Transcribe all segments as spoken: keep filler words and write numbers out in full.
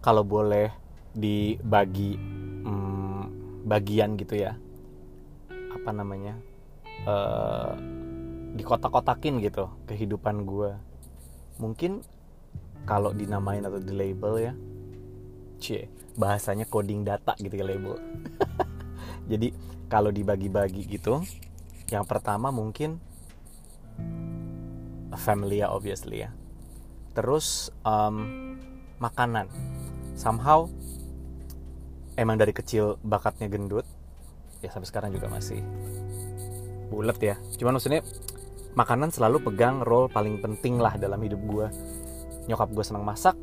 kalau boleh dibagi hmm, bagian gitu ya, apa namanya, uh, dikotak-kotakin gitu kehidupan gue. Mungkin kalau dinamain atau di label ya, cie, bahasanya coding data gitu ya label. Jadi kalau dibagi-bagi gitu, yang pertama mungkin family ya, obviously ya. Terus um, makanan. Somehow emang dari kecil bakatnya gendut. Ya sampai sekarang juga masih bulet ya. Cuman maksudnya makanan selalu pegang role paling penting lah dalam hidup gue. Nyokap gue senang masak,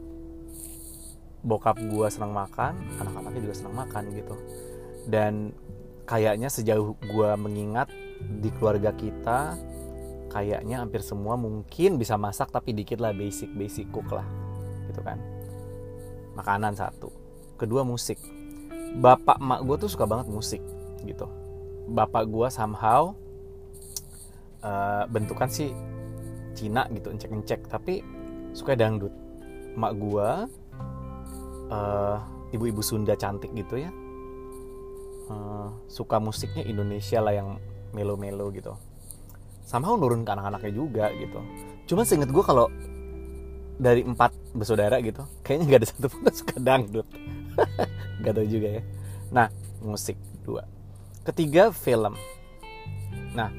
bokap gue senang makan, anak-anaknya juga senang makan gitu. Dan kayaknya sejauh gue mengingat di keluarga kita, kayaknya hampir semua mungkin bisa masak, tapi dikit lah basic-basic cook lah gitu kan. Makanan satu. Kedua musik. Bapak emak gue tuh suka banget musik gitu. Bapak gue somehow uh, bentukan sih Cina gitu, encek-encek, tapi suka dangdut. Emak gue uh, ibu-ibu Sunda cantik gitu ya, uh, suka musiknya Indonesia lah yang melo-melo gitu. Somehow nurun ke anak-anaknya juga gitu. Cuma seinget gue kalau dari empat bersaudara gitu, kayaknya gak ada satu pun suka dangdut. Gak tau juga ya. Nah, musik dua. Ketiga, film. Nah,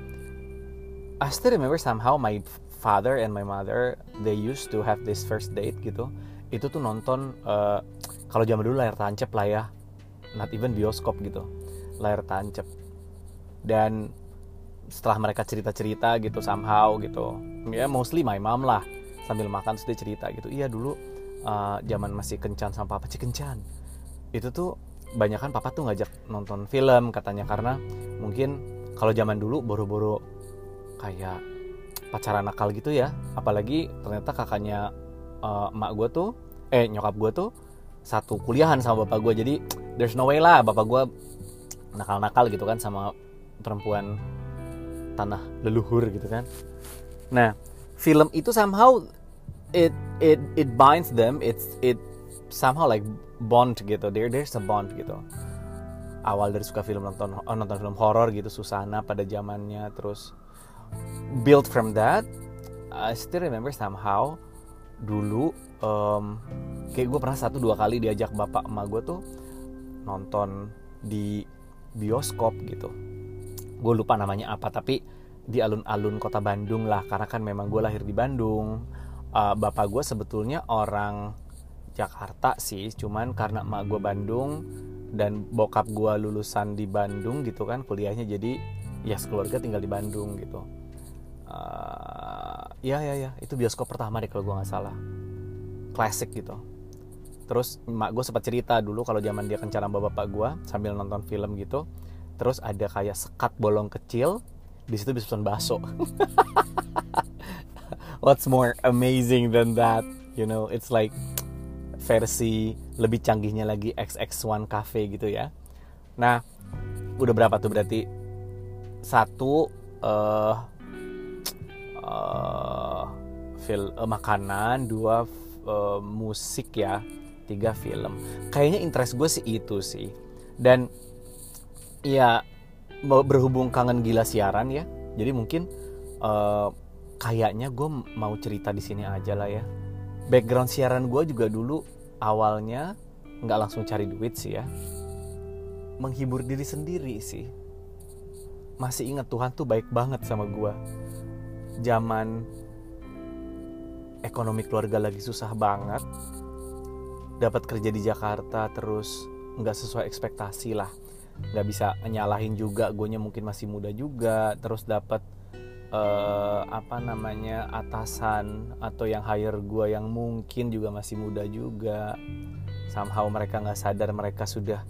I still remember somehow my father and my mother, they used to have this first date gitu. Itu tuh nonton, uh, kalau zaman dulu layar tancap lah ya, not even bioskop gitu, layar tancap. Dan setelah mereka cerita-cerita gitu somehow gitu, ya mostly my mom lah, sambil makan terus dia cerita gitu, iya dulu uh, zaman masih kencan sama papa, cik kencan itu tuh banyak kan papa tuh ngajak nonton film katanya, karena mungkin kalau zaman dulu boro-boro kayak pacaran nakal gitu ya, apalagi ternyata kakaknya uh, emak gue tuh eh nyokap gue tuh satu kuliahan sama bapak gue, jadi there's no way lah bapak gue nakal-nakal gitu kan sama perempuan tanah leluhur gitu kan. Nah, film itu somehow it it it binds them, it's it somehow like bond gitu. There there's a bond gitu. Awal dari suka film, nonton oh, nonton film horor gitu, Susana pada zamannya, terus build from that. I still remember somehow dulu um, kayak gue pernah satu dua kali diajak bapak emak gue tuh nonton di bioskop gitu. Gue lupa namanya apa, tapi di alun-alun kota Bandung lah, karena kan memang gue lahir di Bandung. uh, bapak gue sebetulnya orang Jakarta sih, cuman karena emak gue Bandung dan bokap gue lulusan di Bandung gitu kan kuliahnya, jadi ya sekeluarga tinggal di Bandung gitu. uh, ya ya ya itu bioskop pertama deh kalau gue nggak salah, klasik gitu. Terus emak gue sempat cerita dulu kalau zaman dia kencan sama bapak gue sambil nonton film gitu, terus ada kayak sekat bolong kecil, di situ bisa pesan bakso. What's more amazing than that? You know, it's like versi lebih canggihnya lagi X X one Cafe gitu ya. Nah, udah berapa tuh berarti? Satu uh, uh, fil- uh, makanan, dua uh, musik ya, tiga film. Kayaknya interest gue sih itu sih. Dan ya berhubung kangen gila siaran ya, jadi mungkin uh, kayaknya gue mau cerita di sini aja lah ya. Background siaran gue juga dulu awalnya nggak langsung cari duit sih ya, menghibur diri sendiri sih. Masih ingat Tuhan tuh baik banget sama gue. Zaman ekonomi keluarga lagi susah banget, dapat kerja di Jakarta terus nggak sesuai ekspektasi lah. Nggak bisa nyalahin juga, guanya mungkin masih muda juga, terus dapat uh, apa namanya atasan atau yang hire gue yang mungkin juga masih muda juga. Somehow mereka nggak sadar mereka sudah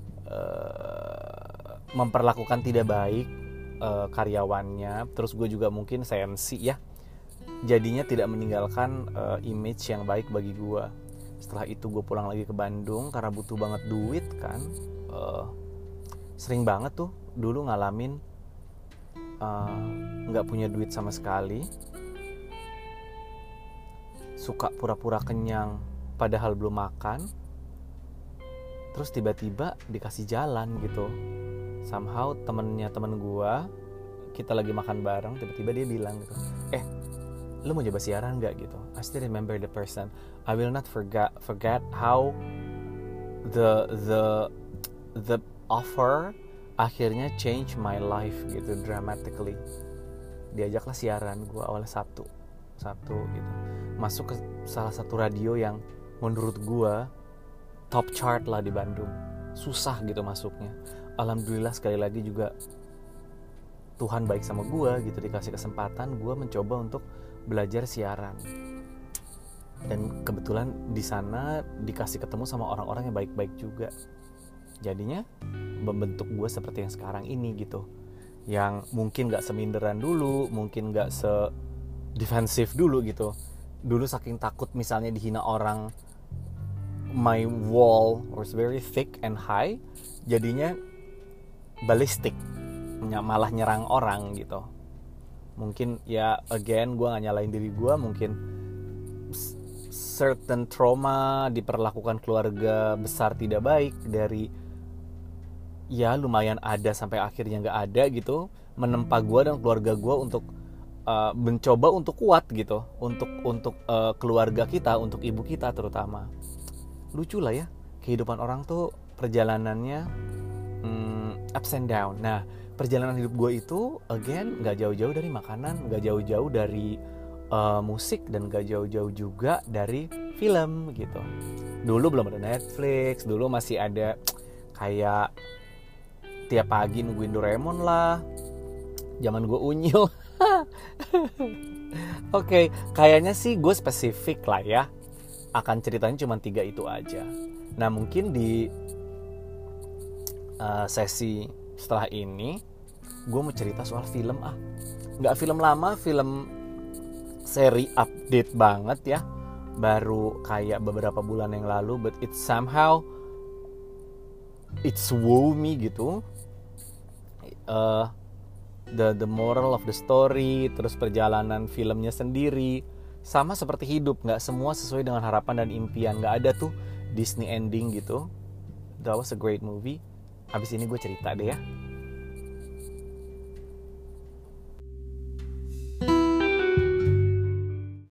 uh, memperlakukan tidak baik uh, karyawannya. Terus gue juga mungkin sensi ya, jadinya tidak meninggalkan uh, image yang baik bagi gue. Setelah itu gue pulang lagi ke Bandung karena butuh banget duit kan. uh, Sering banget tuh dulu ngalamin nggak uh, punya duit sama sekali, suka pura-pura kenyang padahal belum makan, terus tiba-tiba dikasih jalan gitu. Somehow temennya temen gue, kita lagi makan bareng, tiba-tiba dia bilang gitu, eh lu mau coba siaran gak gitu. I still remember the person. I will not forget forget how the the the offer akhirnya change my life gitu dramatically. Diajaklah siaran gue awalnya Sabtu Sabtu gitu, masuk ke salah satu radio yang menurut gue top chart lah di Bandung. Susah gitu masuknya. Alhamdulillah sekali lagi juga Tuhan baik sama gue gitu, dikasih kesempatan gue mencoba untuk belajar siaran. Dan kebetulan di sana dikasih ketemu sama orang-orang yang baik-baik juga. Jadinya membentuk gue seperti yang sekarang ini gitu. Yang mungkin gak seminderan dulu, mungkin gak se-defensif dulu gitu. Dulu saking takut misalnya dihina orang, my wall was very thick and high, jadinya ballistic, malah nyerang orang gitu. Mungkin ya again gue gak nyalain diri gue, mungkin certain trauma, diperlakukan keluarga besar tidak baik, dari ya lumayan ada sampai akhirnya gak ada gitu, menempa gue dan keluarga gue untuk uh, mencoba untuk kuat gitu, untuk untuk uh, keluarga kita, untuk ibu kita terutama. Lucu lah ya, kehidupan orang tuh perjalanannya hmm, ups and down. Nah, perjalanan hidup gue itu again gak jauh-jauh dari makanan, gak jauh-jauh dari uh, musik, dan gak jauh-jauh juga dari film gitu. Dulu belum ada Netflix, dulu masih ada kayak tiap pagi nungguin Doraemon lah, zaman gue unyil. Oke, okay, kayaknya sih gue spesifik lah ya, akan ceritanya cuma tiga itu aja. Nah mungkin di uh, sesi setelah ini gue mau cerita soal film ah, nggak film lama, film seri update banget ya, baru kayak beberapa bulan yang lalu, but it somehow it's wow me gitu. Uh, the the moral of the story, terus perjalanan filmnya sendiri. Sama seperti hidup, gak semua sesuai dengan harapan dan impian. Gak ada tuh Disney ending gitu. That was a great movie. Abis ini gue cerita deh ya.